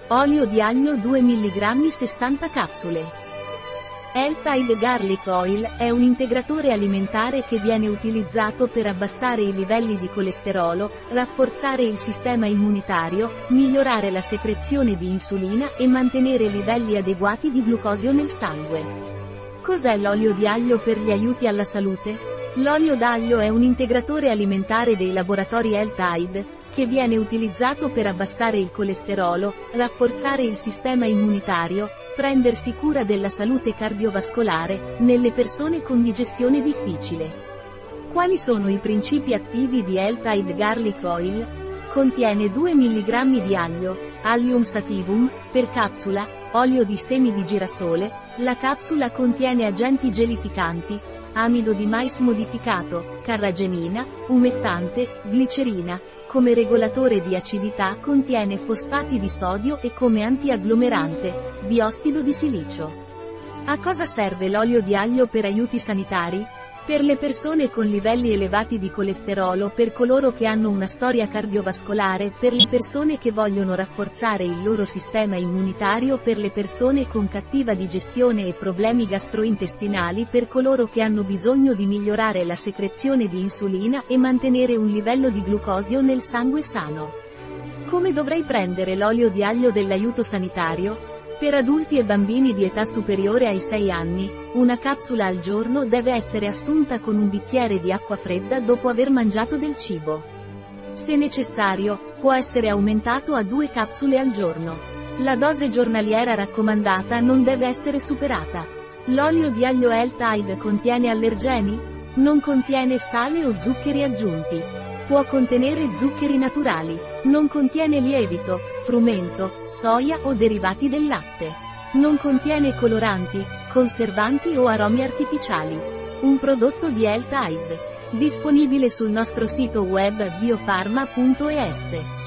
Olio di aglio 2 mg 60 capsule. L-Tide Garlic Oil è un integratore alimentare che viene utilizzato per abbassare i livelli di colesterolo, rafforzare il sistema immunitario, migliorare la secrezione di insulina e mantenere livelli adeguati di glucosio nel sangue. Cos'è l'olio di aglio per gli aiuti alla salute? L'olio d'aglio è un integratore alimentare dei laboratori L-Tide, che viene utilizzato per abbassare il colesterolo, rafforzare il sistema immunitario, prendersi cura della salute cardiovascolare, nelle persone con digestione difficile. Quali sono i principi attivi di L-Tide Garlic Oil? Contiene 2 mg di aglio, Allium sativum, per capsula, olio di semi di girasole, la capsula contiene agenti gelificanti, amido di mais modificato, carragenina, umettante, glicerina. Come regolatore di acidità contiene fosfati di sodio e come antiagglomerante, biossido di silicio. A cosa serve l'olio di aglio per aiuti sanitari? Per le persone con livelli elevati di colesterolo, per coloro che hanno una storia cardiovascolare, per le persone che vogliono rafforzare il loro sistema immunitario, per le persone con cattiva digestione e problemi gastrointestinali, per coloro che hanno bisogno di migliorare la secrezione di insulina e mantenere un livello di glucosio nel sangue sano. Come dovrei prendere l'olio di aglio dell'aiuto sanitario? Per adulti e bambini di età superiore ai 6 anni, una capsula al giorno deve essere assunta con un bicchiere di acqua fredda dopo aver mangiato del cibo. Se necessario, può essere aumentato a 2 capsule al giorno. La dose giornaliera raccomandata non deve essere superata. L'olio di aglio L-Tide contiene allergeni? Non contiene sale o zuccheri aggiunti. Può contenere zuccheri naturali. Non contiene lievito, frumento, soia o derivati del latte. Non contiene coloranti, conservanti o aromi artificiali. Un prodotto di L-Tide. Disponibile sul nostro sito web biofarma.es.